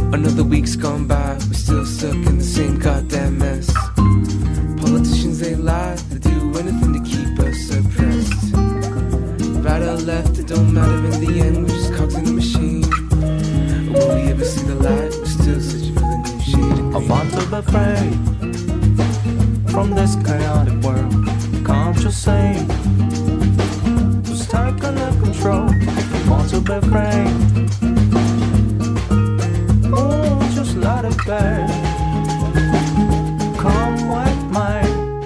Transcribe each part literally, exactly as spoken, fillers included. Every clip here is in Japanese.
Another week's gone by, we're still stuck in the same goddamn mess. Politicians, they lie, they do anything to keep us suppressed. Right or left, it don't matter in the end, we're just cogs in the machine. Will we ever see the light? We're still searching for the new shade of green. I want to be free from this chaotic world. Can't you see? Who's taking the control? I want to be free. Oh, just let it be. Come with me.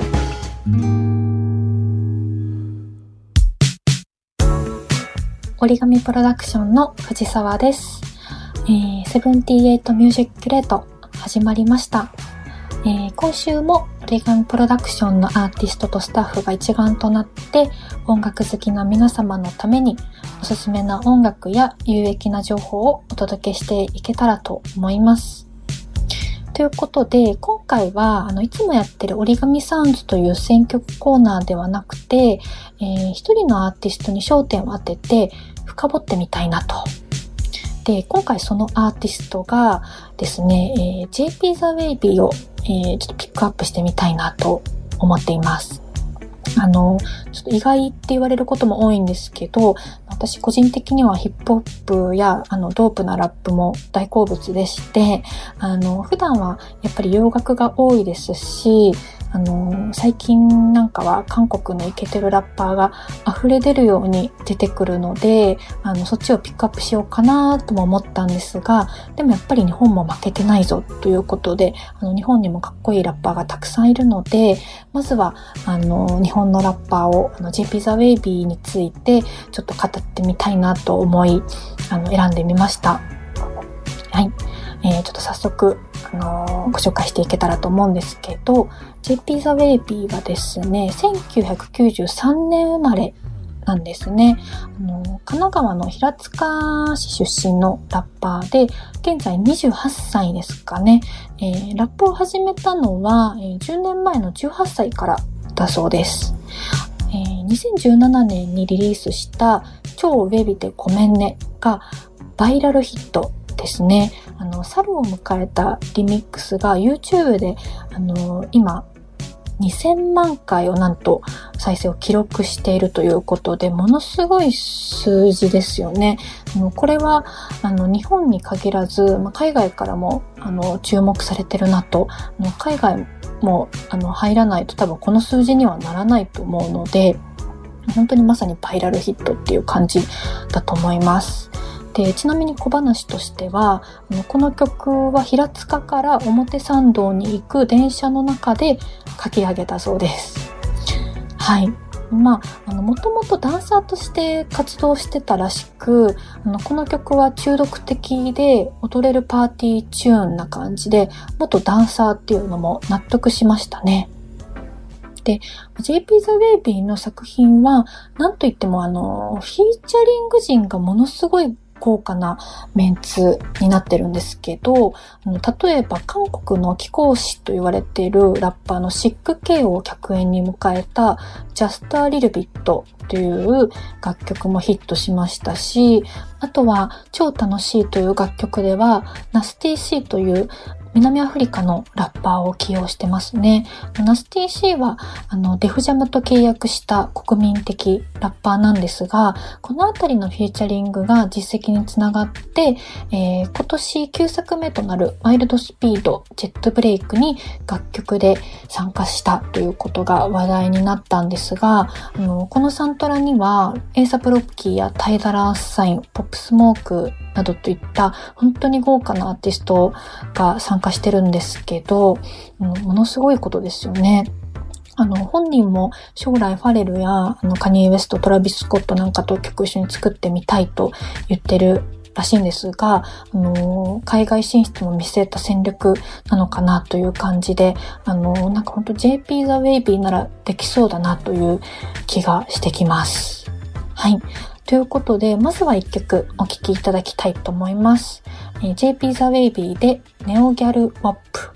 折り紙プロダクションの藤沢です。えー、セブンティーエイトミュージックレート始まりました。えー、今週も折り紙プロダクションのアーティストとスタッフが一丸となって音楽好きな皆様のためにおすすめな音楽や有益な情報をお届けしていけたらと思います。ということで、今回はあのいつもやってる折り紙サウンズという選曲コーナーではなくて、えー、一人のアーティストに焦点を当てて深掘ってみたいなと。で、今回そのアーティストがですね、えー、ジェーピー The Wavy を、えー、ちょっとピックアップしてみたいなと思っています。あの、ちょっと意外って言われることも多いんですけど、私個人的にはヒップホップやあのドープなラップも大好物でして、あの、普段はやっぱり洋楽が多いですし、あの、最近なんかは韓国のイケてるラッパーが溢れ出るように出てくるので、あの、そっちをピックアップしようかなとも思ったんですが、でもやっぱり日本も負けてないぞということで、あの、日本にもかっこいいラッパーがたくさんいるので、まずは、あの、日本のラッパーを、あの、ジェーピー The Wavy についてちょっと語ってみたいなと思い、あの、選んでみました。はい。えー、ちょっと早速、あのー、ご紹介していけたらと思うんですけど、ジェーピー The Wavy はですね、せんきゅうひゃくきゅうじゅうさんねん生まれなんですね。あのー、神奈川の平塚市出身のラッパーで、現在にじゅうはっさいですかね。えー、ラップを始めたのは、えー、じゅうねんまえのじゅうはっさいからだそうです。えー、にせんじゅうななねんにリリースした超ウェビでごめんねがバイラルヒットですね。あの、猿を迎えたリミックスが YouTube で、あの、今、にせんまんかいをなんと再生を記録しているということで、ものすごい数字ですよね。あの、これは、あの、日本に限らず、まあ、海外からも、あの、注目されてるなと、あの海外も、あの、入らないと多分この数字にはならないと思うので、本当にまさにバイラルヒットっていう感じだと思います。で、ちなみに小話としては、この曲は平塚から表参道に行く電車の中で書き上げたそうです。はい。まあ、あの、もともとダンサーとして活動してたらしく、あの、この曲は中毒的で踊れるパーティーチューンな感じで、元ダンサーっていうのも納得しましたね。で、ジェーピー The Wavy の作品は、なんといってもあの、フィーチャリング陣がものすごい豪華なメンツになってるんですけど、例えば韓国の貴公子と言われているラッパーのシック K を客演に迎えた Just a Little Bit という楽曲もヒットしましたし、あとは超楽しいという楽曲では ナスティーシー という南アフリカのラッパーを起用してますね。ナスティーシーはあのデフジャムと契約した国民的ラッパーなんですが、このあたりのフィーチャリングが実績につながって、えー、今年きゅうさくめとなるワイルドスピードジェットブレイクに楽曲で参加したということが話題になったんですが、あのこのサントラにはエイサプロッキーやタイダラーサイン、ポップスモークなどといった本当に豪華なアーティストが参加してるんですけど、ものすごいことですよね。あの、本人も将来ファレルやあのカニエ・ウェスト、トラビス・スコットなんかと曲一緒に作ってみたいと言ってるらしいんですが、あの、海外進出も見据えた戦略なのかなという感じで、あの、なんか本当 ジェーピー The Wavy ならできそうだなという気がしてきます。はい。ということで、まずは一曲お聴きいただきたいと思います。えー、ジェーピー The Wavy でネオギャルワップ。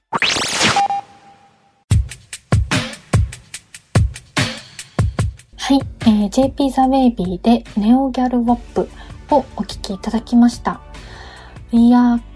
はい、えー、ジェーピー The Wavy でネオギャルワップをお聴きいただきました。いやー、かっ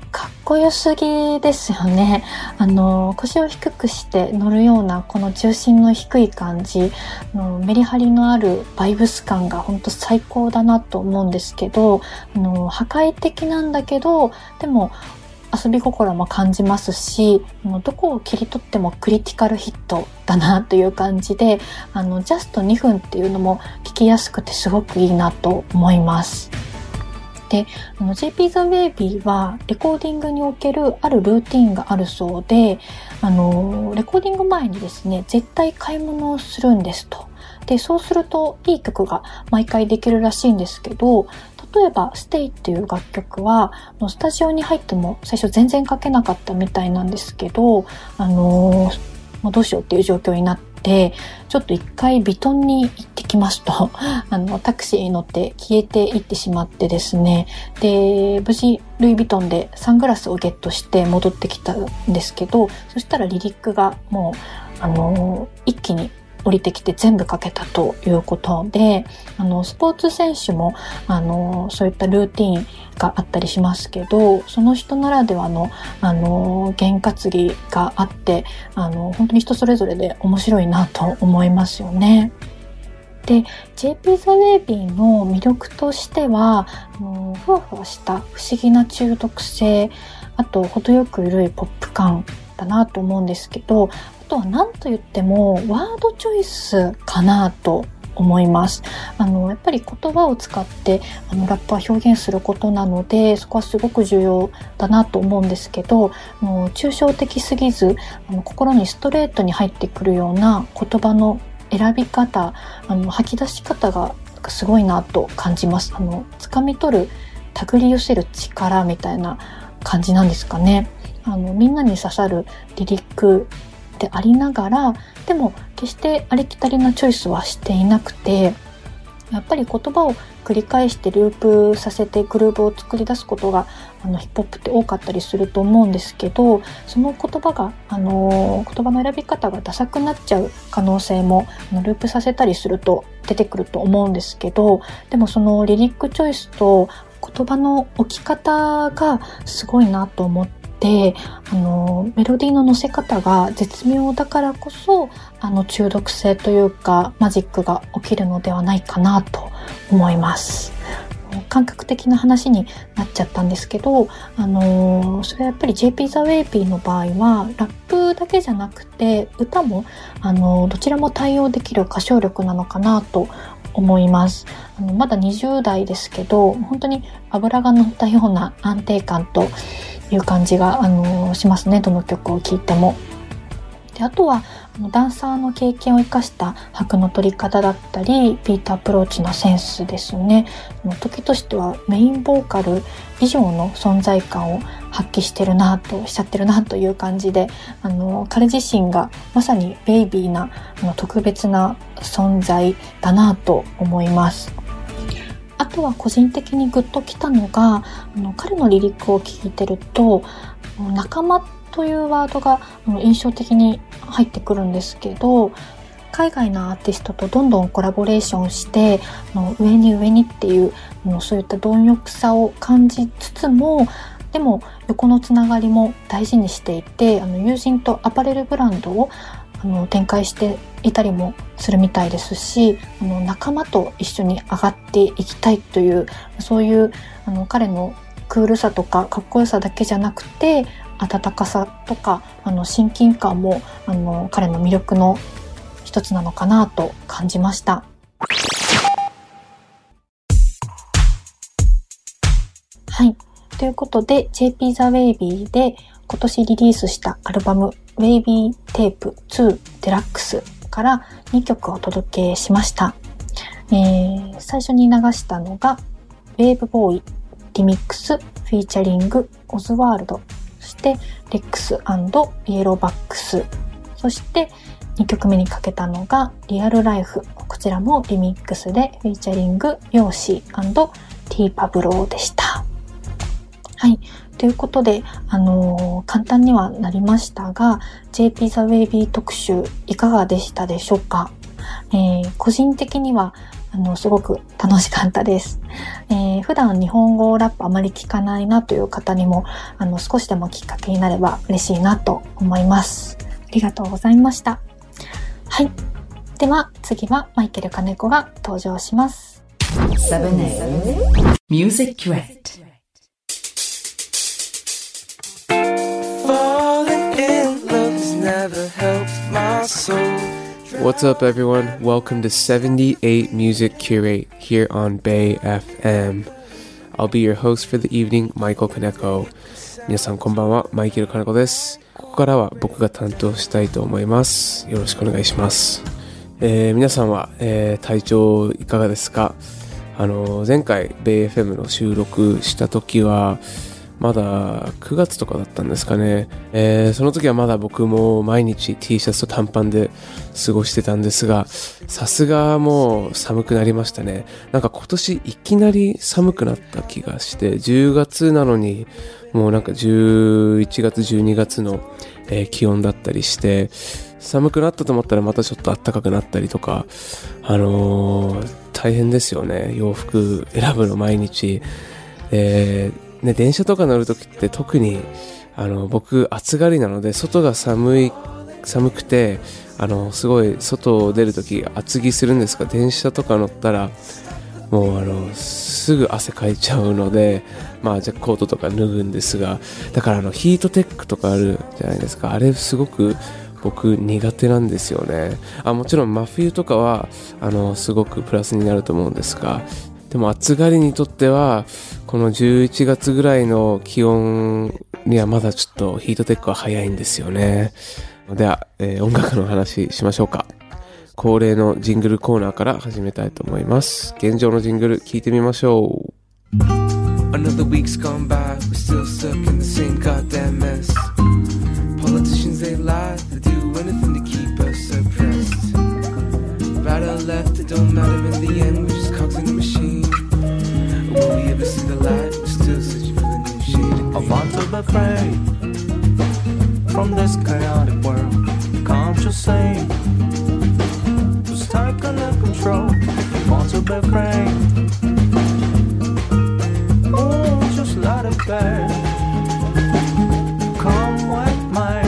こよすぎですよね。あの腰を低くして乗るようなこの重心の低い感じのメリハリのあるバイブス感が本当最高だなと思うんですけど、あの破壊的なんだけどでも遊び心も感じますし、どこを切り取ってもクリティカルヒットだなという感じで、あのジャストにふんっていうのも聞きやすくてすごくいいなと思います。で、あの ジェーピー The Baby はレコーディングにおけるあるルーティンがあるそうで、あのレコーディング前にですね、絶対買い物をするんですと。で、そうするといい曲が毎回できるらしいんですけど、例えば Stay っていう楽曲はスタジオに入っても最初全然書けなかったみたいなんですけど、あのー、どうしようっていう状況になってちょっと一回ビトンに行ってきますとあのタクシーに乗って消えていってしまってですね、で無事ルイ・ヴィトンでサングラスをゲットして戻ってきたんですけど、そしたらリリックがもうあのー、一気に降りてきて全部書けたということで、あのスポーツ選手もあのそういったルーティーンがあったりしますけど、その人ならではのあの験担ぎがあって、あの本当に人それぞれで面白いなと思いますよね。で ジェーピー The Baby の魅力としては、あのふわふわした不思議な中毒性、あと程よく緩いポップ感だなと思うんですけど、あとは何と言ってもワードチョイスかなと思います。あのやっぱり言葉を使ってあのラップは表現することなので、そこはすごく重要だなと思うんですけど、あの抽象的すぎずあの心にストレートに入ってくるような言葉の選び方、あの吐き出し方がすごいなと感じます。あの掴み取る、手繰り寄せる力みたいな感じなんですかね。あのみんなに刺さるリリックでありながら、でも決してありきたりなチョイスはしていなくて、やっぱり言葉を繰り返してループさせてグルーブを作り出すことがあのヒップホップって多かったりすると思うんですけど、その言葉が、あのー、言葉の選び方がダサくなっちゃう可能性もあのループさせたりすると出てくると思うんですけど、でもそのリリックチョイスと言葉の置き方がすごいなと思って、であのメロディーの乗せ方が絶妙だからこそ、あの中毒性というかマジックが起きるのではないかなと思います。感覚的な話になっちゃったんですけど、あのそれはやっぱり ジェーピー The Baby の場合はラップだけじゃなくて歌もあのどちらも対応できる歌唱力なのかなと思います。あのまだにじゅう代ですけど、本当に脂が乗ったような安定感という感じが、あのー、しますね。どの曲を聴いても。で、あとはあのダンサーの経験を生かした拍の取り方だったり、ビートアプローチのセンスですね。時としてはメインボーカル以上の存在感を発揮してるなとしちゃってるなという感じで、あの彼自身がまさにベイビーなあの特別な存在だなと思います。あとは個人的にグッときたのが、あの彼のリリックを聞いてると仲間というワードが印象的に入ってくるんですけど、海外のアーティストとどんどんコラボレーションして上に上にっていうそういった貪欲さを感じつつも、でも横のつながりも大事にしていて、あの友人とアパレルブランドをあの展開していたりもするみたいですし、あの仲間と一緒に上がっていきたいという、そういうあの彼のクールさとかかっこよさだけじゃなくて、温かさとかあの親近感もあの彼の魅力の一つなのかなと感じました。はい、ということで ジェーピー The Baby で今年リリースしたアルバム Baby Tape ツー Deluxe からにきょくお届けしました。えー、最初に流したのが Wave Boy リミックスフィーチャリングオズワールド、そしてレックス&イエローバックス、そしてにきょくめにかけたのがリアルライフ、こちらもリミックスでフィーチャリングヨーシー&ティーパブローでした。はい、ということで、あのー、簡単にはなりましたが ジェーピー The Baby 特集いかがでしたでしょうか。えー、個人的にはあの、すごく楽しかったです。えー、普段日本語ラップあまり聞かないなという方にも、あの、少しでもきっかけになれば嬉しいなと思います。ありがとうございました。はい。では、次はマイケル金子が登場します。セブンエイ Music Crate What's up, everyone? Welcome to seventy-eight Music Curate here on Bay エフエム. I'll be your host for the evening, Michael Kaneko. 皆さんこんばんは、マイケル金子です。ここからは僕が担当したいと思います。よろしくお願いします。えー、皆さんは、えー、体調いかがですか？あの前回 Bay エフエム の収録した時はまだくがつとかだったんですかね、えー、その時はまだ僕も毎日 T シャツと短パンで過ごしてたんですが、さすがもう寒くなりましたね。なんか今年いきなり寒くなった気がして、じゅうがつなのにもうなんかじゅういちがつじゅうにがつの、えー、気温だったりして、寒くなったと思ったらまたちょっと暖かくなったりとか、あのー、大変ですよね。洋服選ぶの毎日、えーね、電車とか乗るときって特にあの僕暑がりなので、外が寒い寒くてあのすごい外出るとき厚着するんですが、電車とか乗ったらもうあのすぐ汗かいちゃうので、まあじゃあコートとか脱ぐんですが、だからあのヒートテックとかあるじゃないですか。あれすごく僕苦手なんですよね。あもちろん真冬とかはあのすごくプラスになると思うんですが、でも暑がりにとってはこのじゅういちがつぐらいの気温にはまだちょっとヒートテックは早いんですよね。では、えー、音楽の話しましょうか。恒例のジングルコーナーから始めたいと思います。現状のジングル聞いてみましょう。 Another week's gone by, we're still stuck in the same goddamn mess. Politicians they lie, they do anything to keep us oppressed. Right or left, it don't matter in the end, we're just cogs in the machine. Will we ever see the light? We're still searching for the new shade. I want to be free from this chaotic world. Can't you see? Just take under control. I want to be free. Oh, just let it be. Come with me.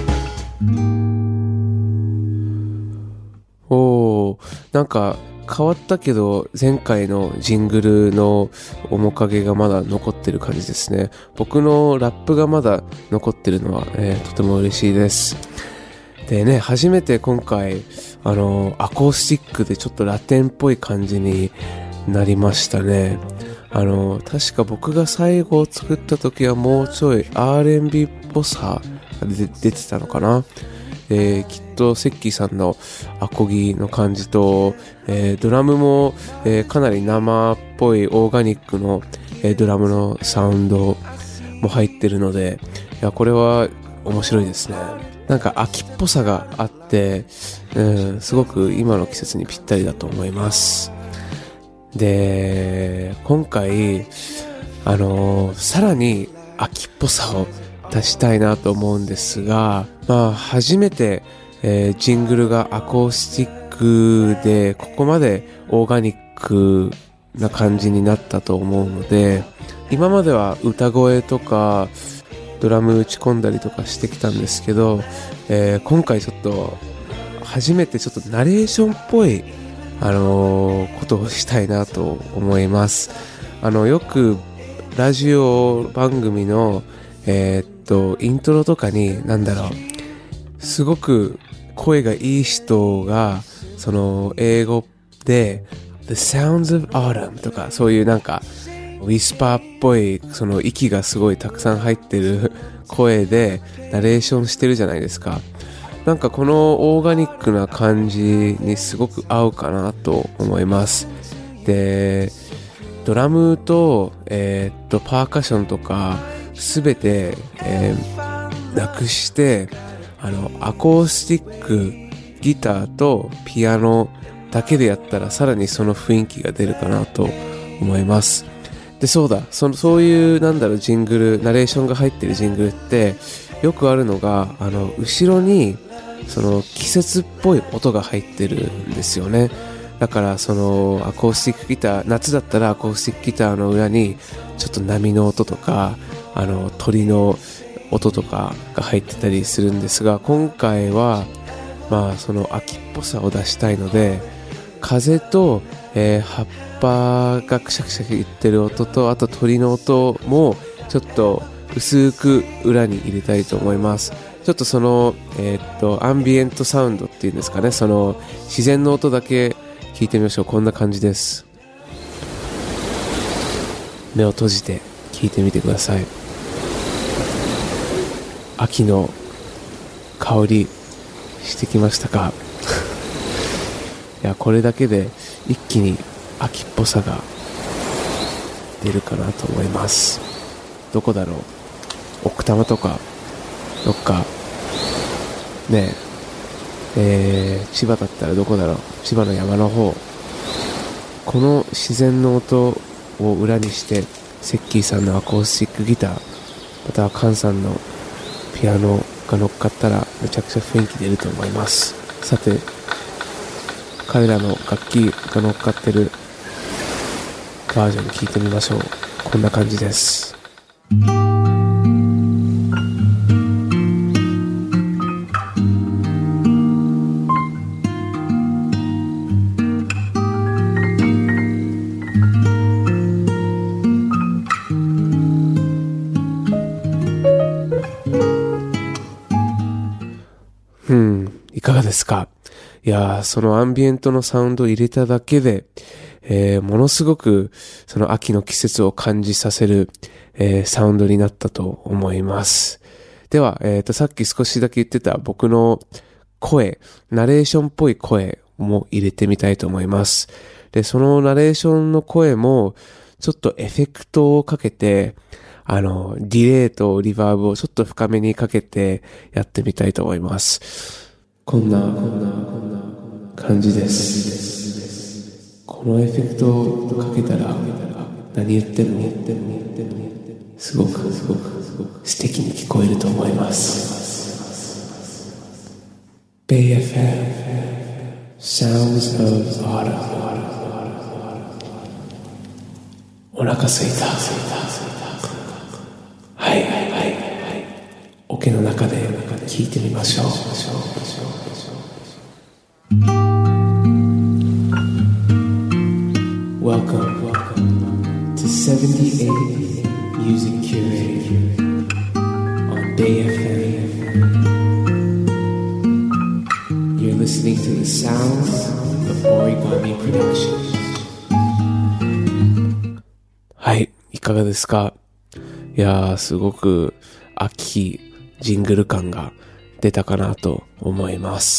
おー、なんか変わったけど前回のジングルの面影がまだ残ってる感じですね。僕のラップがまだ残ってるのは、えー、とても嬉しいです。でね、初めて今回あのアコースティックでちょっとラテンっぽい感じになりましたね。あの確か僕が最後を作った時はもうちょい アールエヌビー っぽさが出てたのかな。えー、きっとセッキーさんのアコギの感じと、えー、ドラムも、えー、かなり生っぽいオーガニックの、えー、ドラムのサウンドも入ってるので、いやこれは面白いですね。なんか秋っぽさがあって、うん、すごく今の季節にぴったりだと思います。で今回あのー、さらに秋っぽさを出したいなと思うんですが、まあ初めて、えー、ジングルがアコースティックでここまでオーガニックな感じになったと思うので、今までは歌声とかドラム打ち込んだりとかしてきたんですけど、えー、今回ちょっと初めてちょっとナレーションっぽいあのー、ことをしたいなと思います。あのよくラジオ番組のえー、っとイントロとかになんだろう、すごく声がいい人がその英語で The Sounds of Autumn とかそういうなんかウィスパーっぽいその息がすごいたくさん入ってる声でナレーションしてるじゃないですか。なんかこのオーガニックな感じにすごく合うかなと思います。でドラムとえー、っとパーカッションとかすべて、えー、なくしてあのアコースティックギターとピアノだけでやったらさらにその雰囲気が出るかなと思います。でそうだそのそういうなんだろうジングルナレーションが入ってるジングルってよくあるのがあの後ろにその季節っぽい音が入ってるんですよね。 だからそのアコースティックギター、夏だったらアコースティックギターの裏にちょっと波の音とかあの鳥の音とかが入ってたりするんですが、今回はまあその秋っぽさを出したいので、風と、えー、葉っぱがクシャクシャ言ってる音と、あと鳥の音もちょっと薄く裏に入れたいと思います。ちょっとその、えー、っとアンビエントサウンドっていうんですかね、その自然の音だけ聞いてみましょう。こんな感じです。目を閉じて聞いてみてください。秋の香りしてきましたか？いや、これだけで一気に秋っぽさが出るかなと思います。どこだろう、奥多摩とかどっかねえ、えー、千葉だったらどこだろう、千葉の山の方、この自然の音を裏にしてセッキーさんのアコースティックギター、またはカンさんのピアノが乗っかったらめちゃくちゃ雰囲気出ると思います。さて、彼らの楽器が乗っかってるバージョン聞いてみましょう。こんな感じです。うん、いかがですか？いやー、そのアンビエントのサウンドを入れただけで、えー、ものすごくその秋の季節を感じさせる、えー、サウンドになったと思います。では、えーと、さっき少しだけ言ってた僕の声、ナレーションっぽい声も入れてみたいと思います。で、そのナレーションの声もちょっとエフェクトをかけて、あの、ディレイとリバーブをちょっと深めにかけてやってみたいと思います。こんな、こんな、こんな感じです。このエフェクトをかけたら、何言っても、すごく、すごく、素敵に聞こえると思います。ベイエフエム Sounds of Autumn。お腹すいた。はいはいはいはい。桶の中で聞いてみましょう。Welcome, welcome to seventy-eight Music Curate on Bay エフエム. You're listening to the sounds of Origami Productions. はい、いかがですか？いやー、すごく秋ジングル感が出たかなと思います。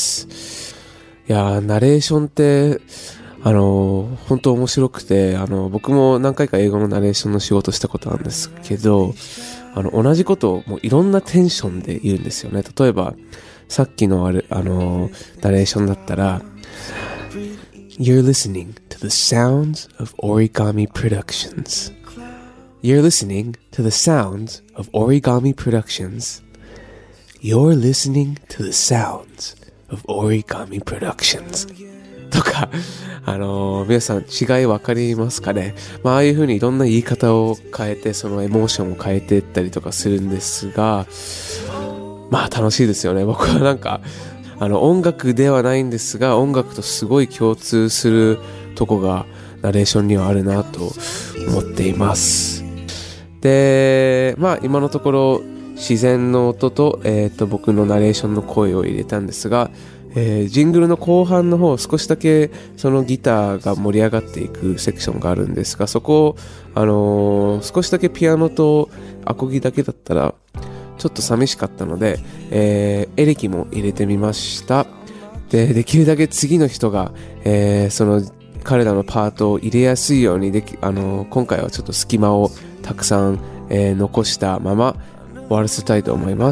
いやー、ナレーションってあのー、本当面白くて、あのー、僕も何回か英語のナレーションの仕事したことあるんですけど、あの同じことをもういろんなテンションで言うんですよね。例えばさっきのあれあのー、ナレーションだったら You're listening to the sounds of Origami Productions.You're listening to the sounds of Origami Productions. You're listening to the sounds of Origami Productions. とか、あのー、皆さん違いわかりますかね？まあ、ああいう風にいろんな言い方を変えて、そのエモーションを変えていったりとかするんですが、まあ楽しいですよね。僕はなんか、あの音楽ではないんですが、音楽とすごい共通するとこがナレーションにはあるなと思っています。で、まあ今のところ自然の音と、えっと僕のナレーションの声を入れたんですが、えー、ジングルの後半の方少しだけそのギターが盛り上がっていくセクションがあるんですが、そこを、あのー、少しだけピアノとアコギだけだったらちょっと寂しかったので、えー、エレキも入れてみました。で、できるだけ次の人が、えー、その彼らのパートを入れやすいようにでき、あのー、今回はちょっと隙間をたくさん、えー、残したまま終わらせたいと思います。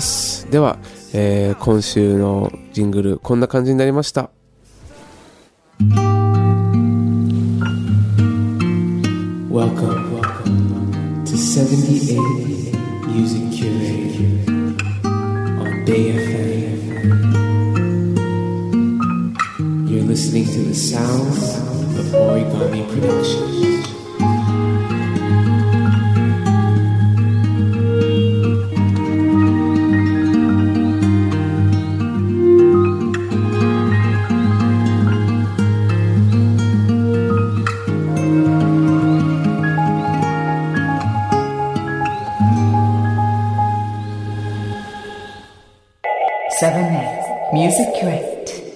では、えー、今週のジングルこんな感じになりました。Welcome to seventy-eight Music Curate on Bay エフエム. You're listening to the sounds of Origami Productions. seven eight Music Curate.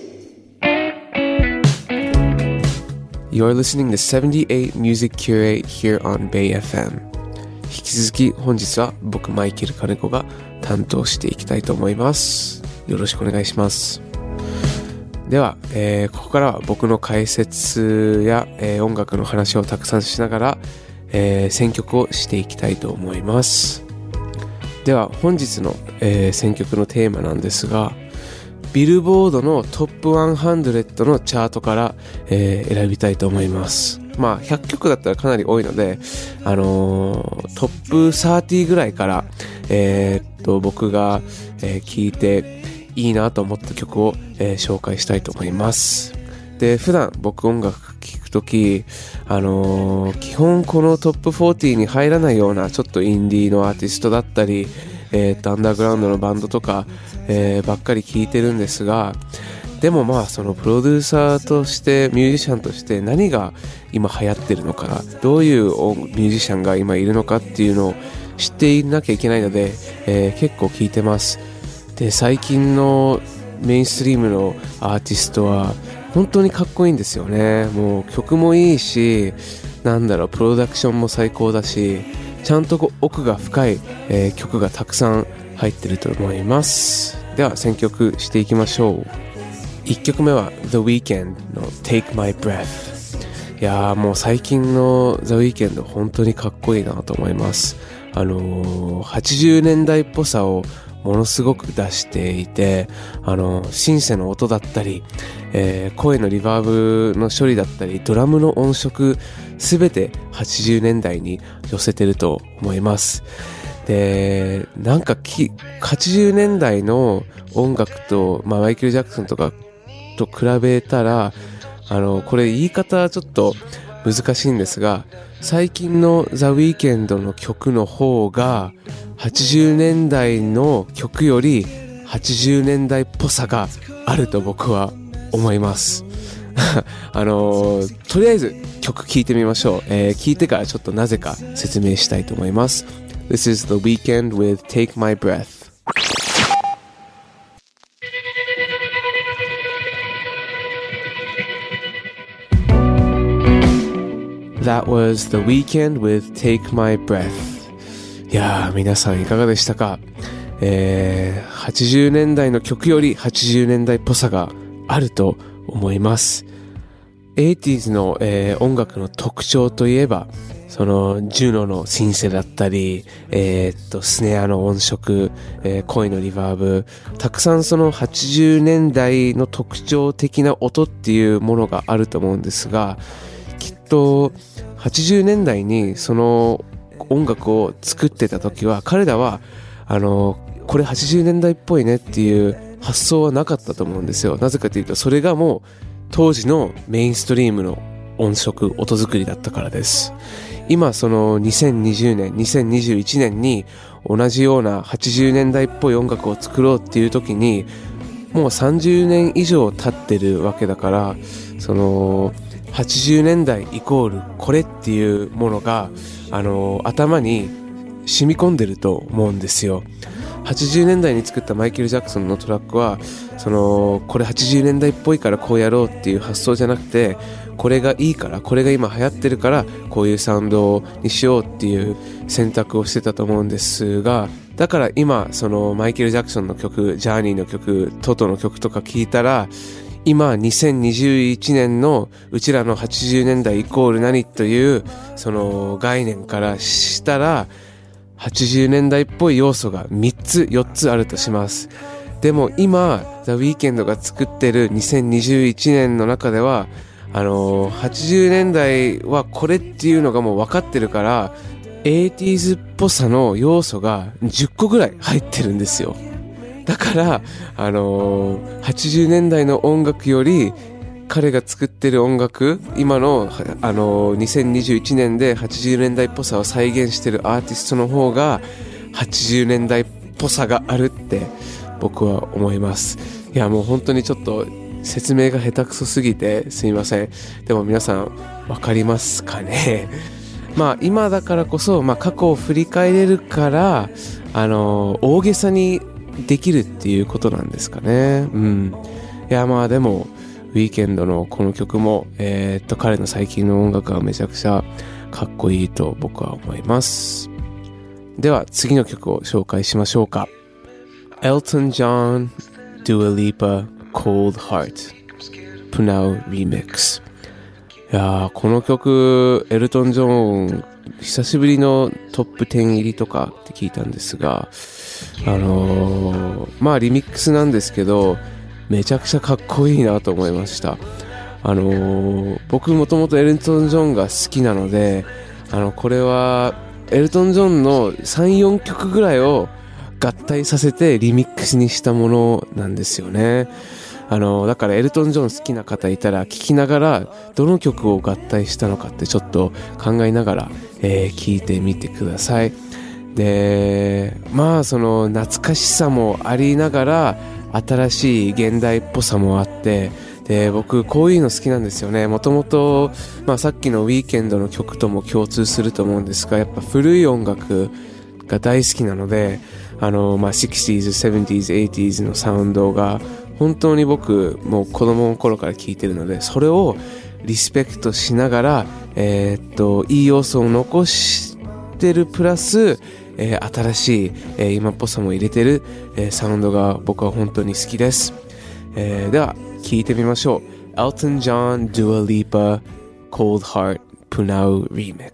You're listening to seventy-eight Music Curate here on Bay エフエム。引き続き本日は僕マイケル金子が担当していきたいと思います。よろしくお願いします。では、えー、ここからは僕の解説や、えー、音楽の話をたくさんしながら、えー、選曲をしていきたいと思います。では本日の、えー、選曲のテーマなんですが、ビルボードのトップひゃくのチャートから、えー、選びたいと思います。まあひゃっきょくだったらかなり多いので、あのー、トップさんじゅうぐらいから、えー、っと僕が、えー、聴いていいなと思った曲を、えー、紹介したいと思います。で、普段僕音楽聴くとき、あのー、基本このトップよんじゅうに入らないようなちょっとインディーのアーティストだったり、えー、アンダーグラウンドのバンドとか、えー、ばっかり聴いてるんですが、でもまあそのプロデューサーとしてミュージシャンとして何が今流行ってるのか、どういうミュージシャンが今いるのかっていうのを知っていなきゃいけないので、えー、結構聴いてます。で、最近のメインストリームのアーティストは本当にかっこいいんですよね。もう曲もいいし、なんだろう、プロダクションも最高だし、ちゃんと奥が深い、えー、曲がたくさん入ってると思います。では選曲していきましょう。いっきょくめは The Weeknd の Take My Breath。 いやー、もう最近の The Weeknd 本当にかっこいいなと思います。あのー、はちじゅうねんだいっぽさをものすごく出していて、あのシンセの音だったり、えー、声のリバーブの処理だったり、ドラムの音色すべてはちじゅうねんだいに寄せてると思います。で、なんかきはちじゅうねんだいの音楽と、まあ、マイケル・ジャクソンとかと比べたら、あのこれ言い方ちょっと難しいんですが、最近の The Weeknd の曲の方がはちじゅうねんだいの曲よりはちじゅうねんだいっぽさがあると僕は思いますあのー、とりあえず曲聴いてみましょう。えー、聴いてからちょっとなぜか説明したいと思います。 This is The Weeknd with Take My Breath。 That was The Weeknd with Take My Breath。いやー、皆さんいかがでしたか？えー、はちじゅうねんだいの曲よりはちじゅうねんだいっぽさがあると思います。エイティーズ の、えー、音楽の特徴といえば、そのジュノのシンセだったり、えー、っとスネアの音色、えー、声のリバーブ、たくさんそのはちじゅうねんだいの特徴的な音っていうものがあると思うんですが、きっとはちじゅうねんだいにその音楽を作ってた時は、彼らはあのこれはちじゅうねんだいっぽいねっていう発想はなかったと思うんですよ。なぜかというと、それがもう当時のメインストリームの音色、音作りだったからです。今そのにせんにじゅうねん、にせんにじゅういちねんに同じようなはちじゅうねんだいっぽい音楽を作ろうっていう時に、もうさんじゅうねん以上経ってるわけだから、そのはちじゅうねんだいイコールこれっていうものがあの頭に染み込んでると思うんですよ。はちじゅうねんだいに作ったマイケル・ジャクソンのトラックは、そのこれはちじゅうねんだいっぽいからこうやろうっていう発想じゃなくて、これがいいから、これが今流行ってるからこういうサウンドにしようっていう選択をしてたと思うんですが、だから今そのマイケル・ジャクソンの曲、ジャーニーの曲、トトの曲とか聞いたら、今にせんにじゅういちねんのうちらのはちじゅうねんだいイコール何というその概念からしたら、はちじゅうねんだいっぽい要素がみっつよっつあるとします。でも今 The Weeknd が作ってるにせんにじゅういちねんの中では、あのー、はちじゅうねんだいはこれっていうのがもう分かってるから、エイティーズ っぽさの要素がじゅっこぐらい入ってるんですよ。だから、あのー、はちじゅうねんだいの音楽より彼が作ってる音楽、今のあのにせんにじゅういちねんではちじゅうねんだいっぽさを再現してるアーティストの方がはちじゅうねんだいっぽさがあるって僕は思います。いやもう本当にちょっと説明が下手くそすぎてすみません。でも皆さんわかりますかね。まあ今だからこそ、まあ、過去を振り返れるからあの大げさにできるっていうことなんですかね。うん。いやまあでもウィーケンドのこの曲もえー、っと彼の最近の音楽はめちゃくちゃかっこいいと僕は思います。では次の曲を紹介しましょうか。Elton John, Dua Lipa, Cold Heart, Punao Remix。いやーこの曲エルトン・ジョン久しぶりのトップじゅう入りとかって聞いたんですが、あのー、まあリミックスなんですけどめちゃくちゃかっこいいなと思いました。あのー、僕もともとエルトン・ジョンが好きなので、あのこれはエルトン・ジョンの さん,よん 曲ぐらいを合体させてリミックスにしたものなんですよね。あのだからエルトン・ジョン好きな方いたら聞きながらどの曲を合体したのかってちょっと考えながら、えー、聞いてみてください。でまあその懐かしさもありながら新しい現代っぽさもあって、で僕こういうの好きなんですよね。もともとまあさっきのウィーケンドの曲とも共通すると思うんですが、やっぱ古い音楽が大好きなので、あのまあ シックスティーズ、セブンティーズ、エイティーズのサウンドが本当に僕もう子供の頃から聴いてるので、それをリスペクトしながら、えー、っといい要素を残してるプラス、えー、新しい、えー、今っぽさも入れてる、えー、サウンドが僕は本当に好きです。えー、では聴いてみましょう。 Elton John, Dua Lipa, Cold Heart, Punao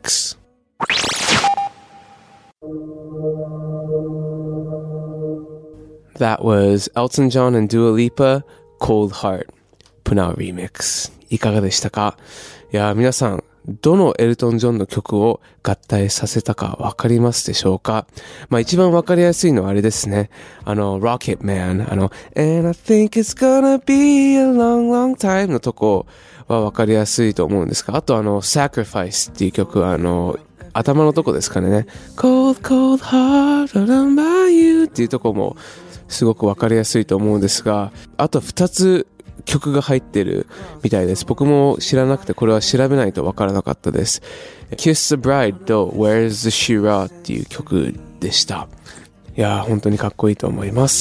Remix。That was Elton John and Dua Lipa, Cold Heart, Punao Remix。いかがでしたか？いや皆さんどのエルトン・ジョンの曲を合体させたかわかりますでしょうか？まあ一番わかりやすいのはあれですね。あの Rocket Man、あの And I think it's gonna be a long long time のとこはわかりやすいと思うんですが、あとあの Sacrifice っていう曲はあの頭のとこですかね。Cold cold heart around by you っていうとこもすごくわかりやすいと思うんですが、あとふたつ曲が入ってるみたいです。僕も知らなくてこれは調べないとわからなかったです。Kiss the Bride と Where's the Shira っていう曲でした。いやー本当にかっこいいと思います。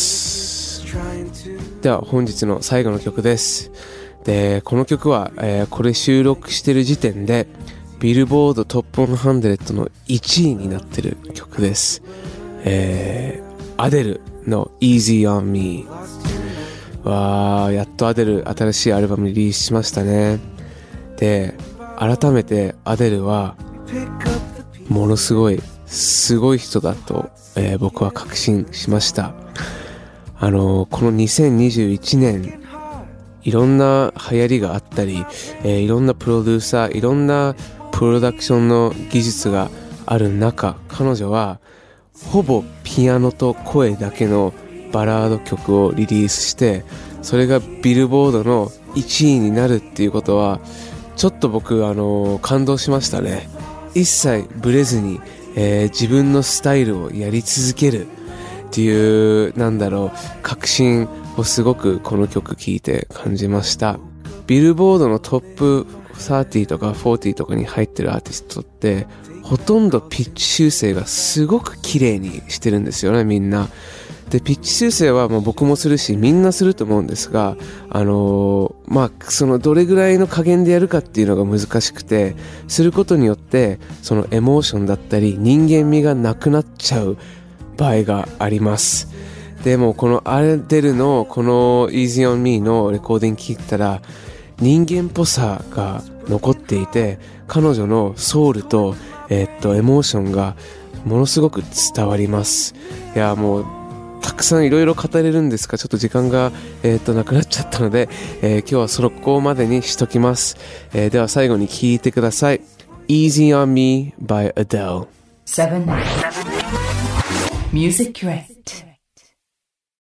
では本日の最後の曲です。でこの曲は、えー、これ収録してる時点でビルボードトップひゃくのいちいになってる曲です。えー、アデルの Easy on Me。わー、やっとアデル新しいアルバムリリースしましたね。で改めてアデルはものすごいすごい人だと、えー、僕は確信しました。あのー、このにせんにじゅういちねんいろんな流行りがあったり、えー、いろんなプロデューサーいろんなプロダクションの技術がある中、彼女はほぼピアノと声だけのバラード曲をリリースして、それがビルボードのいちいになるっていうことはちょっと僕あの感動しましたね。一切ブレずに、えー、自分のスタイルをやり続けるっていうなんだろう確信をすごくこの曲聴いて感じました。ビルボードのトップさんじゅうとかよんじゅうとかに入ってるアーティストってほとんどピッチ修正がすごく綺麗にしてるんですよね、みんな。でピッチ修正はもう僕もするしみんなすると思うんですが、あのー、まあそのどれぐらいの加減でやるかっていうのが難しくて、することによってそのエモーションだったり人間味がなくなっちゃう場合があります。でもこのアデルのこの Easy on Me のレコーディング聞いたら人間っぽさが残っていて、彼女のソウルとえー、っとエモーションがものすごく伝わります。いやもうたくさんいろいろ語れるんですが、ちょっと時間が、えー、っとなくなっちゃったので、えー、今日はそのここまでにしときます。えー、では最後に聞いてください。 Easy on Me by Adele。 セブン Music Crate